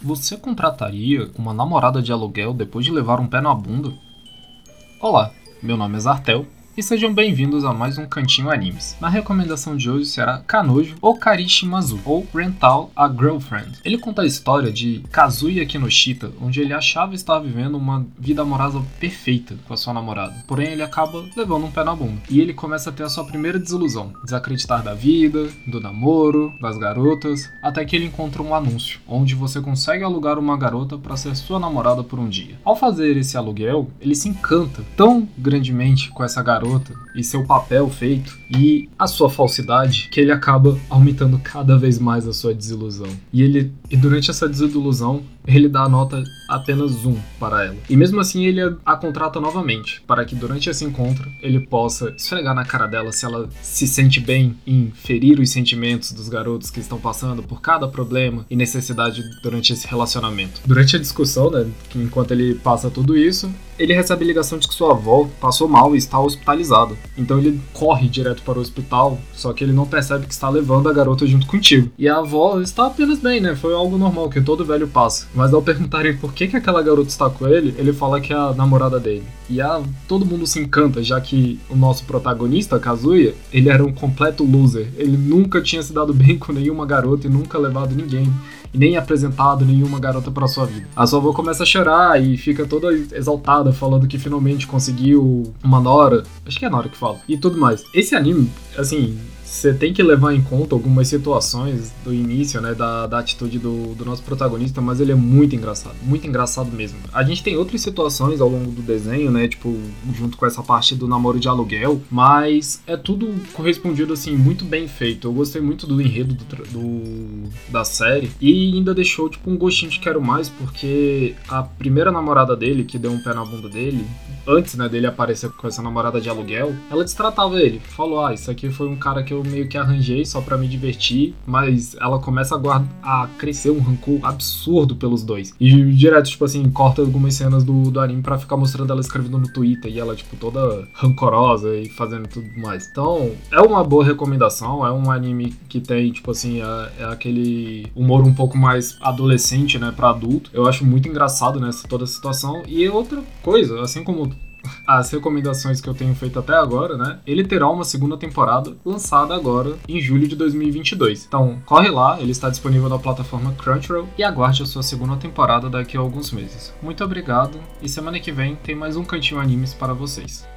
Você contrataria uma namorada de aluguel depois de levar um pé na bunda? Olá, meu nome é Zartel e sejam bem-vindos a mais um Cantinho Animes. Na recomendação de hoje será Kanojo ou Karishimazu, ou Rental a Girlfriend. Ele conta a história de Kazuya Kinoshita, onde ele achava estar vivendo uma vida amorosa perfeita com a sua namorada, porém ele acaba levando um pé na bunda. E ele começa a ter a sua primeira desilusão, desacreditar da vida, do namoro, das garotas, até que ele encontra um anúncio, onde você consegue alugar uma garota para ser sua namorada por um dia. Ao fazer esse aluguel, ele se encanta tão grandemente com essa garota e seu papel feito e a sua falsidade que ele acaba aumentando cada vez mais a sua desilusão. E durante essa desilusão ele dá a nota apenas 1 para ela. E mesmo assim ele a contrata novamente, para que durante esse encontro ele possa esfregar na cara dela se ela se sente bem em ferir os sentimentos dos garotos que estão passando por cada problema e necessidade durante esse relacionamento. Durante a discussão, né, enquanto ele passa tudo isso, ele recebe a ligação de que sua avó passou mal e está hospitalizada. Então ele corre direto para o hospital, só que ele não percebe que está levando a garota junto contigo. E a avó está apenas bem, né? Foi algo normal que todo velho passa. Mas ao perguntarem por que aquela garota está com ele, ele fala que é a namorada dele. E todo mundo se encanta, já que o nosso protagonista, Kazuya, ele era um completo loser. Ele nunca tinha se dado bem com nenhuma garota e nunca levado ninguém. E nem apresentado nenhuma garota pra sua vida. A sua avó começa a chorar e fica toda exaltada, falando que finalmente conseguiu uma nora. Acho que é nora que fala. E tudo mais. Esse anime, assim, você tem que levar em conta algumas situações do início, né, da atitude do nosso protagonista, mas ele é muito engraçado mesmo. A gente tem outras situações ao longo do desenho, né, tipo, junto com essa parte do namoro de aluguel, mas é tudo correspondido, assim, muito bem feito. Eu gostei muito do enredo da série e ainda deixou, tipo, um gostinho de quero mais, porque a primeira namorada dele, que deu um pé na bunda dele, antes, né, dele aparecer com essa namorada de aluguel, ela destratava ele, falou, isso aqui foi um cara que eu meio que arranjei só pra me divertir, mas ela começa a crescer um rancor absurdo pelos dois. E direto, tipo assim, corta algumas cenas do anime pra ficar mostrando ela escrevendo no Twitter e ela, tipo, toda rancorosa e fazendo tudo mais. Então, é uma boa recomendação, é um anime que tem, tipo assim, é aquele humor um pouco mais adolescente, né, pra adulto. Eu acho muito engraçado, né, toda a situação. E outra coisa, assim como as recomendações que eu tenho feito até agora, né? Ele terá uma segunda temporada lançada agora em julho de 2022. Então, corre lá, ele está disponível na plataforma Crunchyroll e aguarde a sua segunda temporada daqui a alguns meses. Muito obrigado e semana que vem tem mais um Cantinho Animes para vocês.